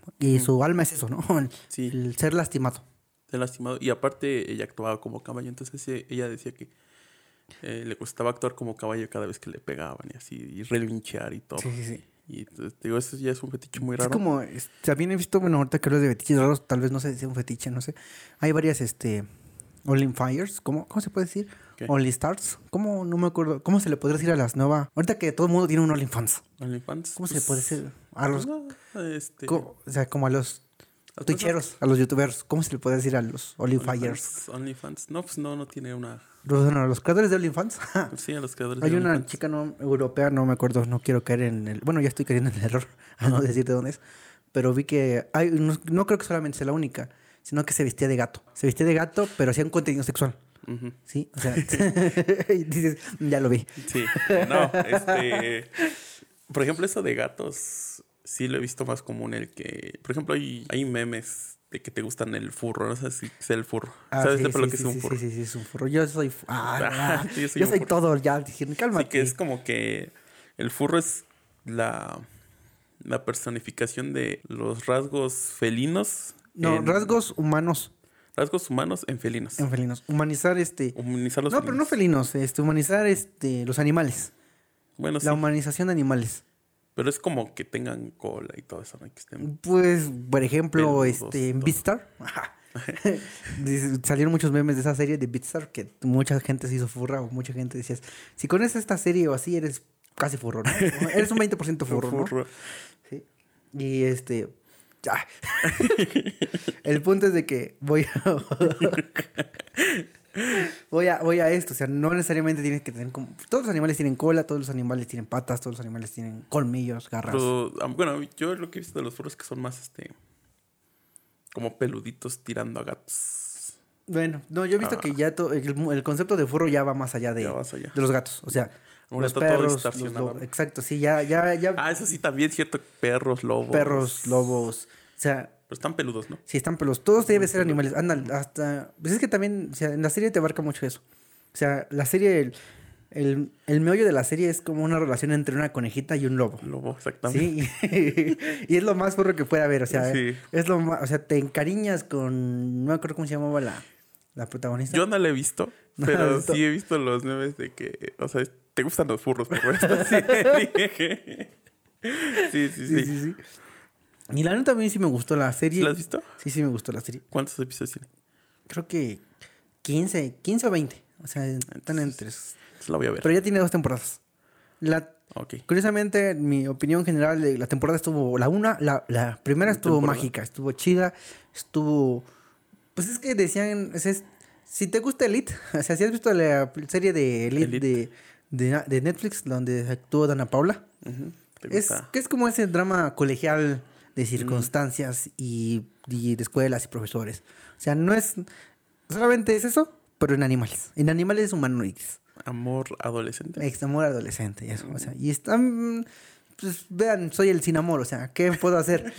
Y su alma es eso, ¿no? El, Sí. el ser lastimado. Ser lastimado. Y aparte ella actuaba como caballo. Entonces eh, ella decía que eh, le costaba actuar como caballo cada vez que le pegaban y así. Y relinchear y todo. Sí, sí, sí. Y entonces, te digo, eso ya es un fetiche muy raro. Es como, es- también he visto, bueno, ahorita que hablas de fetiches raros, tal vez no sé si sea un fetiche, no sé. Hay varias, este, Only Fires, ¿cómo, ¿cómo se puede decir? ¿Qué? Only Stars, ¿cómo? No me acuerdo, ¿cómo se le podría decir a las nuevas? Ahorita que todo el mundo tiene un OnlyFans, OnlyFans. ¿cómo se pues, le puede decir? A los, no, este, co- o sea, como a los las twitcheros, a los youtubers, ¿cómo se le puede decir a los Only Fires? OnlyFans, OnlyFans. No, pues no, no tiene una. Los, bueno, los creadores de OnlyFans. Sí, a los creadores Hay de una OnlyFans. chica no, europea, no me acuerdo, no quiero caer en el... Bueno, ya estoy cayendo en el error a no decir de dónde es. Pero vi que hay... No, no creo que solamente sea la única, sino que se vestía de gato. Se vestía de gato, pero hacía un contenido sexual. Ujú. ¿Sí? O sea, y dices, ya lo vi. Sí, no, este. Por ejemplo, eso de gatos, sí lo he visto más común el que. Por ejemplo, hay, hay memes de que te gustan el furro, no sé si sea el furro. Ah, ¿Sabes sí, de sí, lo que sí, es un sí, furro? Sí, sí, sí, es un furro. Yo soy... fu- Ah, Ah, ah, yo yo soy soy, un furro. todo, ya. Dije, cálmate. Sí, que es como que el furro es la, la personificación de los rasgos felinos. No, en- rasgos humanos rasgos humanos en felinos. en felinos. Humanizar este... Humanizar los No, pero no felinos. felinos, este, humanizar este, los animales. Bueno, sí. La humanización de animales. Pero es como que tengan cola y todo eso, ¿no? Que estén. Pues, por ejemplo, Peludos, este, en todo. Beatstar. Dice- salieron muchos memes de esa serie de Beatstar que mucha gente se hizo furra o mucha gente decía, si conoces esta serie o así, eres casi furro, ¿no? Eres un veinte por ciento furro, ¿no? Furro. Sí. Y este... ya. El punto es de que voy a... voy a... Voy a esto, o sea, no necesariamente tienes que tener como... Todos los animales tienen cola, todos los animales tienen patas, todos los animales tienen colmillos, garras. Pero, ah, bueno, yo lo que he visto de los furros es que son más, este, como peluditos tirando a gatos. Bueno, no, yo he visto Ah. que ya to- el, el concepto de furro ya va más allá de, Ya vas allá. de los gatos. O sea, Ahora los está todo perros, los distorsionado, lobos. ¿no? Exacto, sí, ya, ya, ya. Ah, eso sí también, cierto. Perros, lobos. Perros, lobos. O sea, Pero están peludos, ¿no? sí están pelos. Todos deben ser peludos. animales. Anda, hasta. Pues es que también, o sea, en la serie te abarca mucho eso. O sea, la serie, el, el, el meollo de la serie es como una relación entre una conejita y un lobo. Lobo, exactamente. Sí, y es lo más furro que puede haber, o sea, Sí. es lo más, o sea, te encariñas con, no me acuerdo cómo se llamaba la, la protagonista. Yo no la he visto, ¿No la has pero visto? sí he visto los memes de que, o sea, te gustan los furros por esta serie. Sí, sí, sí. Sí, sí, sí. Y la neta a mí sí me gustó la serie. ¿La has visto? Sí, sí me gustó la serie. ¿Cuántos episodios tiene? Creo que quince, quince o veinte. O sea, están entre. Entonces la voy a ver. Pero ya tiene dos temporadas. La, Ok. curiosamente, mi opinión general de la temporada estuvo. La una, la, la primera ¿La estuvo temporada? mágica, estuvo chida, estuvo. Pues es que decían. O sea, es- si te gusta Elite, o sea, si has visto la serie de Elite, Elite. De, de, de Netflix, donde actuó Dana Paula. Ujú. ¿Te Es gusta? que es como ese drama colegial de circunstancias y, y de escuelas y profesores. O sea, no es... Solamente es eso, pero en animales. En animales humanoides. Amor adolescente. Ex amor adolescente y eso. O sea, y están... Pues vean, soy el sin amor. O sea, ¿qué puedo hacer?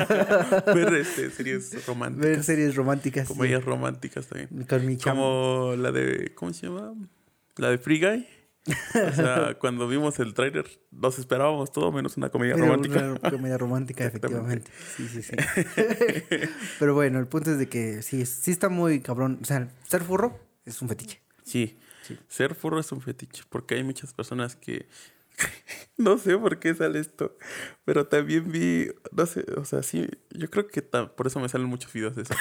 Ver este, series románticas. Ver series románticas. sí. Comedias románticas también. Con mi chamo. Como la de, ¿cómo se llama? La de Free Guy. O sea, cuando vimos el tráiler, nos esperábamos todo menos una comedia Era romántica. Una comedia romántica, Exactamente. efectivamente. Sí, sí, sí. Pero bueno, el punto es de que sí, sí está muy cabrón. O sea, ser furro es un fetiche. Sí. Ser furro es un fetiche, porque hay muchas personas que... No sé por qué sale esto, pero también vi, no sé, o sea, sí, yo creo que ta- por eso me salen muchos videos de eso.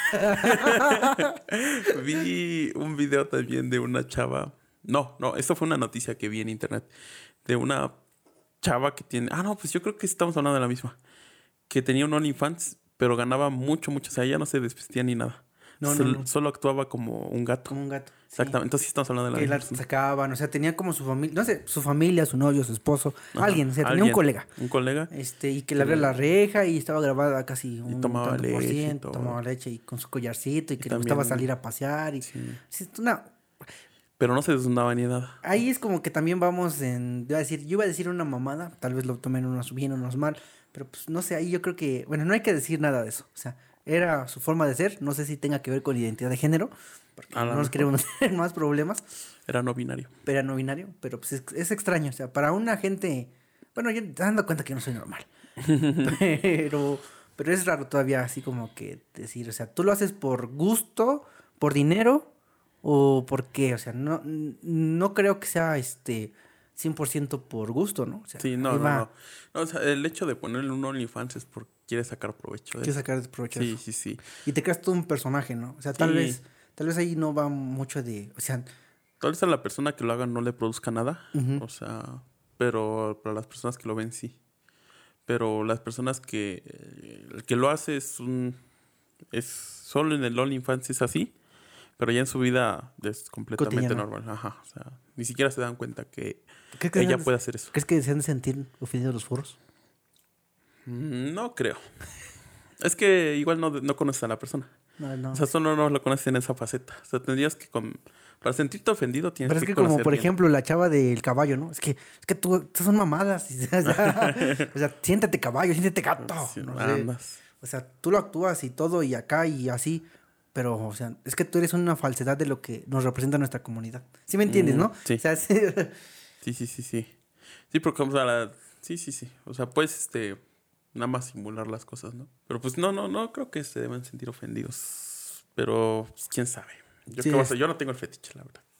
Vi un video también de una chava, no, no, esto fue una noticia que vi en internet, de una chava que tiene, ah, no, pues yo creo que estamos hablando de la misma, que tenía un OnlyFans, pero ganaba mucho, mucho, o sea, ella no se despestía ni nada. No, no, Sol- no. Solo actuaba como un gato. Como un gato. sí. Exactamente, entonces sí estamos hablando de la Que la misma. sacaban, o sea, tenía como su familia, no sé, su familia, su novio, su esposo, Ajá, alguien, o sea, tenía alguien, un colega. Un colega. Este, y que le abría la reja y estaba grabada casi un tomaba tanto por leche y ciento, todo. tomaba leche y con su collarcito y que le también- gustaba salir a pasear y Sí. sí, es una- Pero no se desnudaba ni nada. ahí es como que también vamos en, iba a decir, yo iba a decir una mamada, tal vez lo tomen unos bien, unos mal, pero pues no sé, ahí yo creo que, bueno, no hay que decir nada de eso, o sea, era su forma de ser, no sé si tenga que ver con identidad de género, porque A lo no nos mejor. queremos tener más problemas. Era no binario. Pero era no binario, pero pues es, es extraño, o sea, para una gente, bueno, yo te dando cuenta que no soy normal, pero Pero es raro todavía así como que decir, o sea, ¿tú lo haces por gusto, por dinero o por qué? O sea, no, no creo que sea este cien por ciento por gusto, ¿no? O sea, Sí, no, ahí no, va. no. No, o sea, el hecho de ponerle un OnlyFans es porque quieres sacar provecho de Quiero eso. sacar provecho de Sí, eso. sí, sí. Y te creas todo un personaje, ¿no? O sea, tal Sí. vez, tal vez ahí no va mucho de, o sea, Tal vez a la persona que lo haga no le produzca nada. Ujú. O sea, pero para las personas que lo ven, sí. Pero las personas que... eh, el que lo hace es un... Es solo en el OnlyFans es así. Pero ya en su vida es completamente cotidiano. normal. Ajá. O sea, ni siquiera se dan cuenta que ¿Crees que, se ella han de- puede hacer eso. ¿Crees que se han de sentir ofendidos los furros? Mm, No creo. Es que igual no, no conoces a la persona. No, no. O sea, solo no lo conoces en esa faceta. O sea, tendrías que... con- Para sentirte ofendido tienes Pero es que que como conocer por bien. ejemplo la chava del caballo, ¿no? Es que, es que tú, estas son mamadas. O sea, o sea, siéntate caballo, siéntate gato. Sí, No sé. andas. O sea, tú lo actúas y todo y acá y así. Pero, o sea, es que tú eres una falsedad de lo que nos representa nuestra comunidad. ¿Sí me entiendes, Mm, no? sí. O sea, sí. Sí, sí, sí, sí. Sí, porque vamos a la... Sí, sí, sí. O sea, puedes, este... Nada más simular las cosas, ¿no? Pero pues no, no, no creo que se deben sentir ofendidos. Pero, pues, quién sabe. Yo, Sí, qué voy a es- hacer? Yo no tengo el fetiche, la verdad.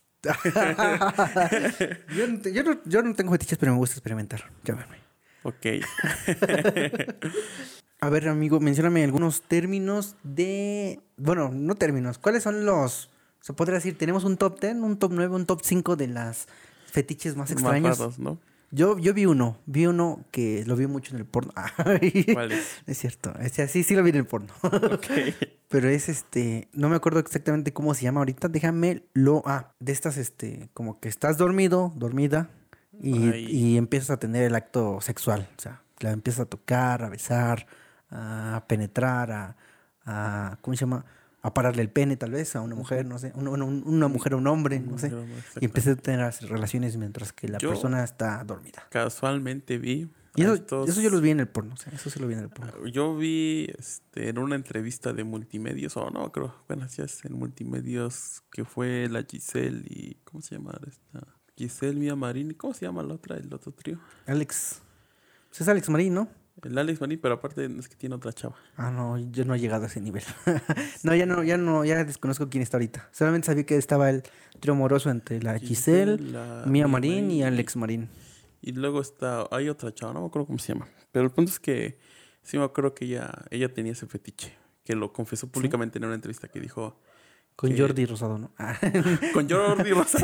yo, no, te- yo, no, yo no tengo fetiches, pero me gusta experimentar. Llámame. Ok. A ver, amigo, mencióname algunos términos de... Bueno, no términos. ¿Cuáles son los... Se podría decir, tenemos un top diez, un top nueve, un top cinco de las fetiches más Más extraños. raros, ¿no? Yo, yo vi uno, vi uno que lo vi mucho en el porno. Ay, ¿Cuál es? es cierto, es, sí, sí lo vi en el porno. Ok. Pero es este, no me acuerdo exactamente cómo se llama ahorita, déjame lo... Ah, de estas, este, como que estás dormido, dormida, y, Ay. y empiezas a tener el acto sexual. O sea, la empiezas a tocar, a besar, a penetrar, a, a ¿cómo se llama? A pararle el pene tal vez a una mujer, no sé, una, una- una mujer a un hombre, no sé. Exacto. Y empiezas a tener las relaciones mientras que la Yo- persona está dormida. Casualmente vi... Y a eso, estos- eso yo los vi en el porno, o sea, eso sí lo vi en el porno. Yo vi este, en una entrevista de Multimedios, o no, creo, bueno, sí es en Multimedios, que fue la Giselle y... ¿Cómo se llama esta? Giselle Mía Marín. ¿Cómo se llama la otra, el otro trío? Alex, pues es Alex Marín, ¿no? El Alex Marín, pero aparte es que tiene otra chava. Ah, no, yo no he llegado a ese nivel. No, ya no, ya no, ya desconozco quién está ahorita. Solamente sabía que estaba el trío amoroso entre la Giselle, la Mía Mía Marín y Alex Marín. Y luego está, hay otra chava, no me acuerdo cómo se llama. Pero el punto es que sí me acuerdo que ella, ella tenía ese fetiche, que lo confesó públicamente en una entrevista que dijo... Con que- Jordi Rosado, ¿no? Ah. Con Jordi Rosado.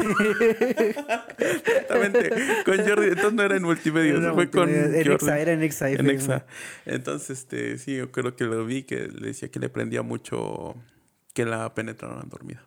Exactamente. Con Jordi. Entonces no era en Multimedios. Era fue con multimedia. En Jordi. Exa, era en Exa. En F M. Exa. Entonces, este, sí, yo creo que lo vi, que le decía que le prendía mucho que la penetraran dormida.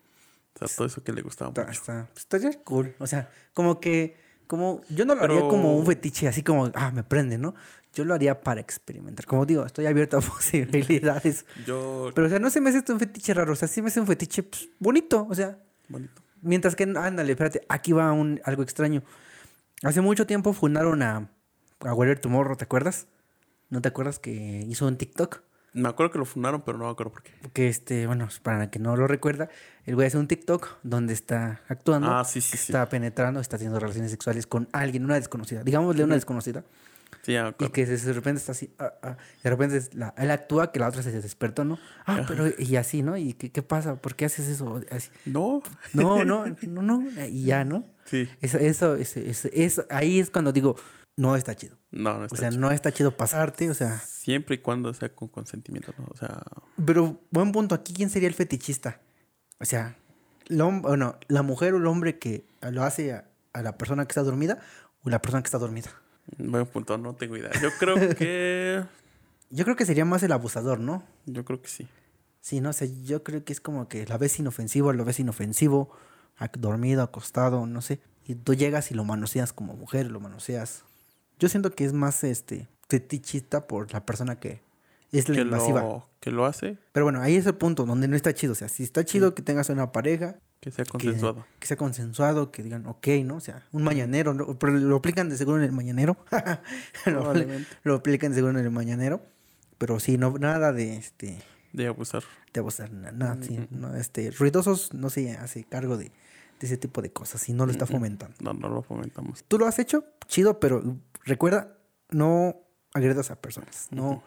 O sea, todo eso que le gustaba Está, mucho. está, estaría cool. O sea, como que, como, yo no lo haría Pero- como un fetiche, así como, ah, me prende, ¿no? Yo lo haría para experimentar. Como digo, estoy abierto a posibilidades. Yo... Pero, o sea, no se me hace esto un fetiche raro. O sea, sí me hace un fetiche pues, bonito. O sea, Bonito. mientras que, ándale, espérate, aquí va un, algo extraño. Hace mucho tiempo fundaron a, a Whatever Tomorrow, ¿te acuerdas? ¿No te acuerdas que hizo un TikTok? Me acuerdo que lo fundaron, pero no me acuerdo por qué. Que este, bueno, para que no lo recuerda, el güey hace un TikTok donde está actuando. Ah, sí, sí, sí. Está penetrando, está teniendo relaciones sexuales con alguien, una desconocida. Digámosle una desconocida. Sí, ya me Y acuerdo. que de repente está así, ah, ah, de repente es la- él actúa que la otra se despertó, ¿no? Ah, pero y así, ¿no? ¿Y qué, qué pasa? ¿Por qué haces eso? Así. No. No, no, no, no. Y ya, ¿no? Sí. Eso, eso, eso, eso, eso- ahí es cuando digo, no está chido. No, no O está sea, chido. no está chido pasarte, o sea. Siempre y cuando sea con consentimiento, ¿no? O sea... Pero, buen punto, aquí, ¿quién sería el fetichista? O sea, el hom- bueno, la mujer o el hombre que lo hace a, a la persona que está dormida o la persona que está dormida. Buen punto, no tengo idea. Yo creo que... Yo creo que sería más el abusador, ¿no? Yo creo que sí. Sí, no sé, yo creo que es como que la ves inofensivo, lo ves inofensivo, ac- dormido, acostado, no sé. Y tú llegas y lo manoseas como mujer, lo manoseas. Yo siento que es más este fetichista por la persona que es la Que invasiva. lo, que lo hace, Pero bueno, ahí es el punto donde no está chido. O sea, si está chido que tengas una pareja, que sea que- consensuado. Que, sea consensuado, que digan, ok, ¿no? O sea, un mañanero, ¿no? Pero lo aplican de seguro en el mañanero. lo, Probablemente. lo aplican de seguro en el mañanero. Pero sí, no, nada de este De abusar. de abusar, na- nada, sí, Mm, mm, no, este, ruidosos no se hace cargo de, de ese tipo de cosas y no lo está Mm, mm. fomentando. No, no lo fomentamos. Tú lo has hecho, chido, pero recuerda, no agredas a personas, no,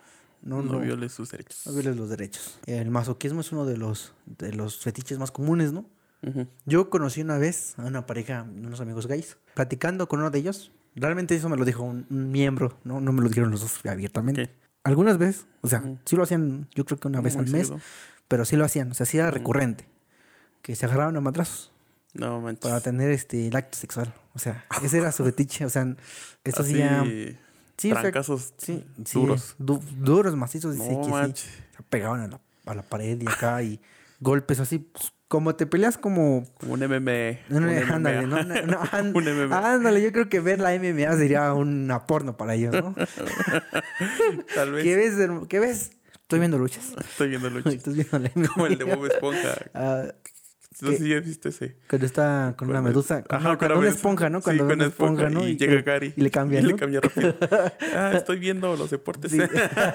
No, No no, violes sus derechos. no violes los derechos. El masoquismo es uno de los, de los fetiches más comunes, ¿no? Ujú. Yo conocí una vez a una pareja, unos amigos gays, platicando con uno de ellos. Realmente eso me lo dijo un, un miembro, ¿no? No me lo dijeron los dos abiertamente. Ok. Algunas veces, o sea, Ujú. sí lo hacían, yo creo que una vez Muy al mes, seguido. pero sí lo hacían, o sea, sí era Ujú. recurrente. Que se agarraban a madrazos No manches. para tener este el acto sexual. O sea, ese era su fetiche. O sea, eso sí Así, ya. Sí, o sea, trancazos sí, sí, duros. du- duros, macizos, sí, No que sí. manches. Se pegaban a la, a la pared y acá y golpes así, pues, como te peleas como. Como un M M A. No, un M M A. ándale, ¿no? Una- no, án- Un M M A. ándale, yo creo que ver la M M A sería una porno para ellos, ¿no? Tal vez. ¿Qué ves, hermo- ¿Qué ves? Estoy viendo luchas. Estoy viendo luchas. Estás viendo la M M A. Como el de Bob Esponja. Ah, No sé si ya viste ese. cuando está con una Cuando- medusa. Con, Ajá, no, con cuando la una medusa. esponja, ¿no? Sí, Cuando con una la esponja, ¿no? y llega que- Gary. Y le cambia, Y ¿no? le cambia rápido. Ah, estoy viendo los deportes. Sí.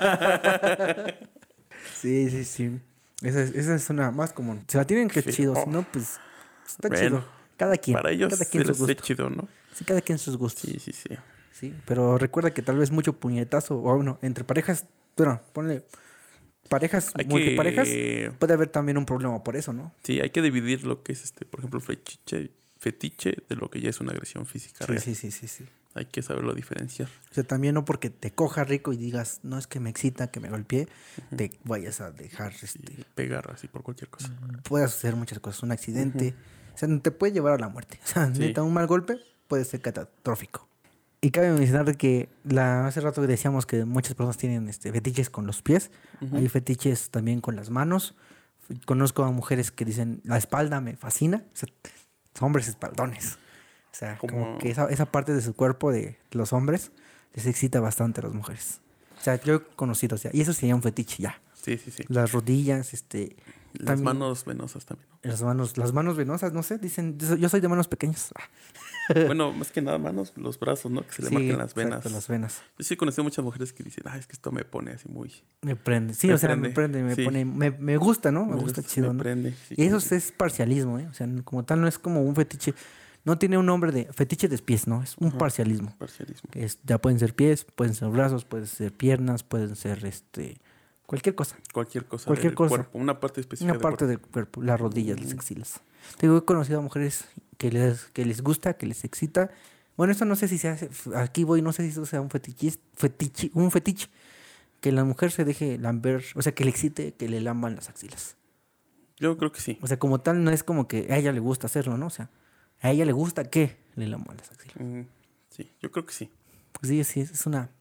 Sí, sí, sí. Esa es, esa es una más común. Se la tienen que Sí. chido, Oh. si no, pues está Bueno, chido. Cada quien. Para ellos cada se quien su les hace gusto. chido, ¿no? Sí, cada quien sus gustos. Sí, sí, sí. Sí, pero recuerda que tal vez mucho puñetazo, o bueno, entre parejas, bueno, ponle parejas, Hay multiparejas, que... puede haber también un problema por eso, ¿no? Sí, hay que dividir lo que es, este, por ejemplo, fetiche, fetiche de lo que ya es una agresión física Sí, real. sí, sí, sí, sí. Hay que saberlo diferenciar. O sea, también no porque te coja rico y digas, no es que me excita, que me golpeé, te vayas a dejar, este, Y pegar así por cualquier cosa. puedes hacer muchas cosas, un accidente, o sea, te puede llevar a la muerte. O sea, Sí. neta, un mal golpe puede ser catastrófico. Y cabe mencionar que la, hace rato decíamos que muchas personas tienen este, fetiches con los pies, Ujú. hay fetiches también con las manos. Conozco a mujeres que dicen, la espalda me fascina, o sea, hombres espaldones. O sea, como, Como- que esa, esa parte de su cuerpo de los hombres les excita bastante a las mujeres. O sea, yo he conocido, o sea, y eso sería un fetiche ya. Sí, sí, sí. Las rodillas, este... Las también- manos venosas también. ¿no? Las manos, las manos venosas, no sé, dicen, yo soy de manos pequeñas. Ah, Bueno, más que nada manos, los brazos, ¿no? Que se le sí, marquen las venas. exacto, las venas. Yo sí he conocido muchas mujeres que dicen, ah, es que esto me pone así muy... Me prende. Sí, Me o sea, me prende, prende, me sí. pone, me, me gusta, ¿no? Me, gusta chido, me ¿no? prende. sí, Y eso sí. es parcialismo, ¿eh? O sea, como tal no es como un fetiche, no tiene un nombre de fetiche de pies, ¿no? Es un Ajá. parcialismo. Parcialismo. Que es, ya pueden ser pies, pueden ser brazos, pueden ser piernas, pueden ser este cualquier cosa. Cualquier cosa Cualquier del cosa. cuerpo. Una parte específica Una parte del del cuerpo, las rodillas, las axilas. Te digo, he conocido a mujeres que les, que les gusta, que les excita. Bueno, esto no sé si se hace, aquí voy, no sé si eso sea un fetiche, fetiche, un fetiche. Que la mujer se deje lamber, o sea, que le excite, que le lamban las axilas. Yo creo que sí. O sea, como tal, no es como que a ella le gusta hacerlo, ¿no? O sea, a ella le gusta que le lamban las axilas. Mm, sí, yo creo que sí. Pues sí, sí, es una...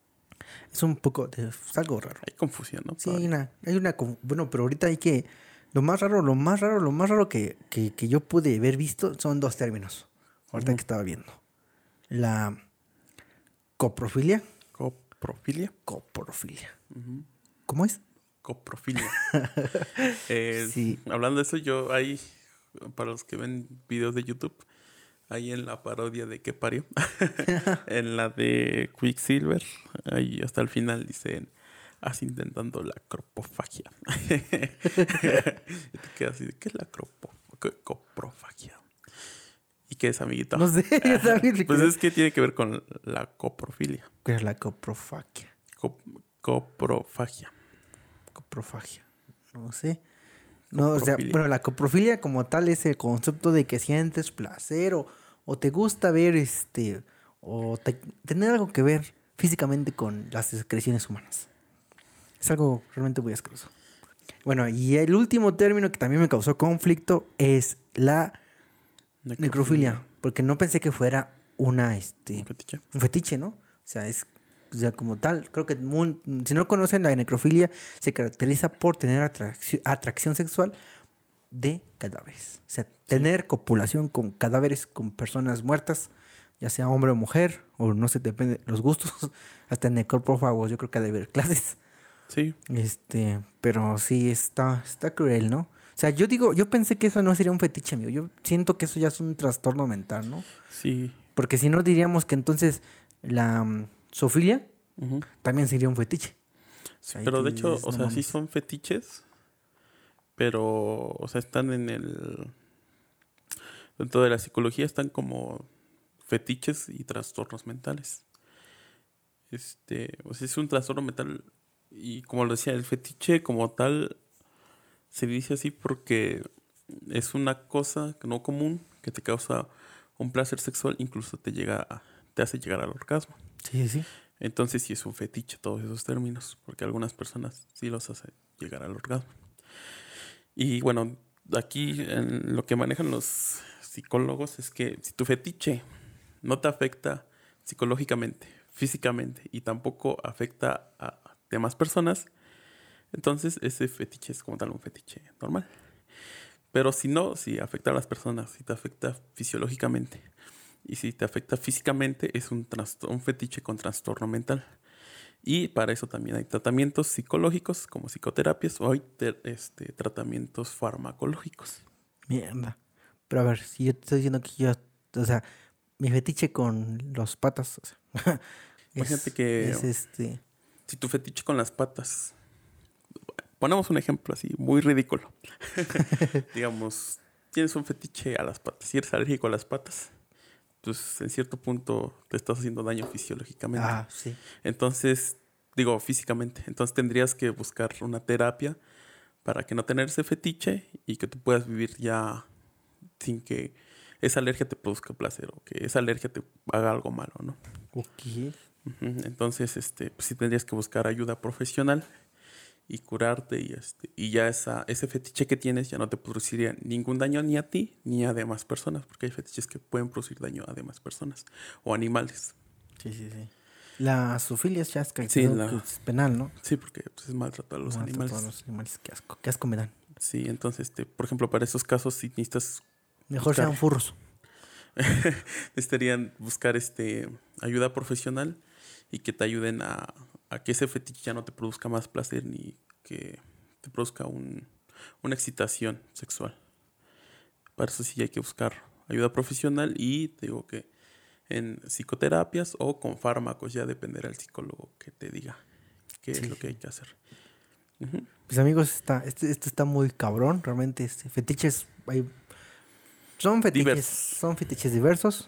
Es un poco de... Es algo raro. Hay confusión, ¿no? Sí, hay Todavía. una, hay una... con- Bueno, pero ahorita hay que... Lo más raro, lo más raro, lo más raro que, que, que yo pude haber visto son dos términos. Ahorita Ujú. que estaba viendo. La coprofilia. Coprofilia. Coprofilia. Ujú. ¿Cómo es? Coprofilia. Eh, Sí. Hablando de eso, yo ahí, para los que ven videos de YouTube, ahí en la parodia de ¿Qué parió? En la de Quicksilver, ahí hasta el final dicen, haz intentando la cropofagia. Y te quedas así, de, ¿qué es la cropo, qué- coprofagia? ¿Y qué es, amiguito? No sé. Yo también Pues recuerdo. es que tiene que ver con la coprofilia. ¿Qué es la coprofagia? Cop- coprofagia. Coprofagia. No sé. No, o sea, Coprofilia. bueno, la coprofilia como tal es el concepto de que sientes placer o, o te gusta ver este o te- tener algo que ver físicamente con las secreciones humanas. Es algo realmente muy asqueroso. Bueno, y el último término que también me causó conflicto es la necrofilia, porque no pensé que fuera una este Fetiche. un fetiche, ¿no? O sea, es o sea, como tal, creo que muy- si no conocen la necrofilia, se caracteriza por tener atracción, atracción sexual de cadáveres. O sea, tener copulación con cadáveres, con personas muertas, ya sea hombre o mujer, o no sé, depende de los gustos. Hasta necropófagos, yo creo que ha de haber clases. Sí. Este, pero sí está, está cruel, ¿no? O sea, yo digo, yo pensé que eso no sería un fetiche, amigo. Yo siento que eso ya es un trastorno mental, ¿no? Sí. Porque si no diríamos que entonces la mm, zoofilia Ujú. también sería un fetiche. Sí, Ahí pero tú de hecho, dices, o no sea, sí mames. son fetiches, pero, o sea, están en el... Dentro de la psicología están como fetiches y trastornos mentales. Este, o sea, es un trastorno mental Y como lo decía, el fetiche como tal se dice así porque es una cosa no común que te causa un placer sexual, incluso te llega a- te hace llegar al orgasmo. Sí, sí. Entonces sí es un fetiche todos esos términos, porque algunas personas sí los hace llegar al orgasmo. Y bueno, aquí en lo que manejan los psicólogos es que si tu fetiche no te afecta psicológicamente, físicamente y tampoco afecta a demás personas, entonces ese fetiche es como tal un fetiche normal. Pero si no, si afecta a las personas, si te afecta fisiológicamente y si te afecta físicamente, es un, trasto- un fetiche con trastorno mental. Y para eso también hay tratamientos psicológicos como psicoterapias o hay ter- este, tratamientos farmacológicos. Mierda. Pero a ver, si yo te estoy diciendo que yo, o sea, mi fetiche con los patas, o sea, Imagínate es, que es este, si tu fetiche con las patas, ponemos un ejemplo así, muy ridículo. Digamos, tienes un fetiche a las patas, si eres alérgico a las patas, pues en cierto punto te estás haciendo daño fisiológicamente. ah, sí. Entonces, digo, físicamente. Entonces tendrías que buscar una terapia para que no tener ese fetiche y que tú puedas vivir ya sin que esa alergia te produzca placer o que esa alergia te haga algo malo, ¿no? Ok. Ujú. Entonces, este, pues sí tendrías que buscar ayuda profesional y curarte y este, y ya esa, ese fetiche que tienes ya no te produciría ningún daño ni a ti ni a demás personas, porque hay fetiches que pueden producir daño a demás personas o animales. Sí, sí, sí. La zoofilia ya es Sí, calificado que la, es penal, ¿no? sí, porque pues, es maltrato a los Mata a animales. todos los animales, qué asco, qué asco me dan. Sí, entonces, este, por ejemplo, para esos casos, si necesitas Mejor buscar, sean furros. necesitarían buscar este, ayuda profesional y que te ayuden a, a que ese fetiche ya no te produzca más placer ni que te produzca un, una excitación sexual. Para eso sí hay que buscar ayuda profesional y te digo que en psicoterapias o con fármacos, ya dependerá del psicólogo que te diga qué Sí, es lo que sí. hay que hacer. Ujú. Pues amigos, está, este, esto está muy cabrón, realmente, este, fetiches, hay, son fetiches, Diversos. son fetiches diversos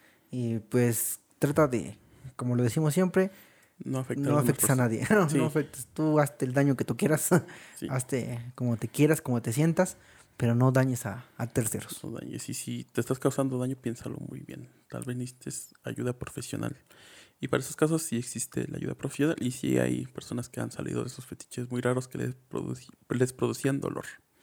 y pues trata de, como lo decimos siempre, No afecta a no las demás afectes a personas. nadie, no, Sí, no afectes, tú hazte el daño que tú quieras, sí. hazte como te quieras, como te sientas, pero no dañes a, a terceros. No dañes. Y si te estás causando daño, piénsalo muy bien. Tal vez necesites ayuda profesional. Y para esos casos sí existe la ayuda profesional. Y sí hay personas que han salido de esos fetiches muy raros que les, produci- les producían dolor.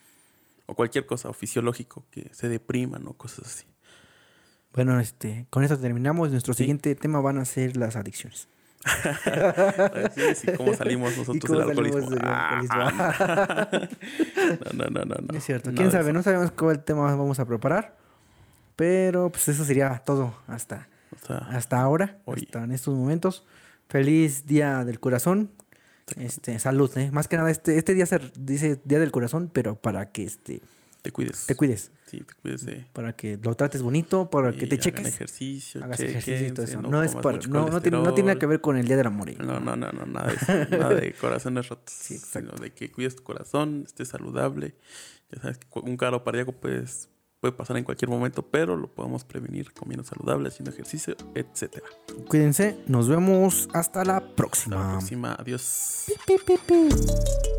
O cualquier cosa, o fisiológico, que se depriman o cosas así. Bueno, este, con esto terminamos, nuestro Sí. siguiente tema van a ser las adicciones. Así es, y cómo salimos ¿Y nosotros cómo del alcoholismo. salimos del alcoholismo? Ah, no, no, no, no. No es cierto. Nada ¿Quién de sabe? eso. No sabemos cuál tema vamos a preparar. Pero pues eso sería todo hasta, O sea, hasta ahora, hoy. hasta en estos momentos. Feliz Día del Corazón. Este, salud, ¿eh? Más que nada, este, este día se dice Día del Corazón, pero para que este, Te cuides. te cuides. Sí, te cuides de... Para que lo trates bonito, para que y te hagan cheques. ejercicio, Hagas ejercicio y todo chequense, eso. no, No, es comas para, mucho no, no, tiene, no tiene nada que ver con el Día del Amor. ¿eh? No, no, no, no, nada de eso. Nada de corazones rotos. Sí, Sino exacto. de que cuides tu corazón, estés saludable. Ya sabes que un caro cardíaco pues, puede pasar en cualquier momento, pero lo podemos prevenir comiendo saludable, haciendo ejercicio, etcétera. Cuídense, nos vemos hasta la próxima. Hasta la próxima. Adiós. Pi, pi, pi.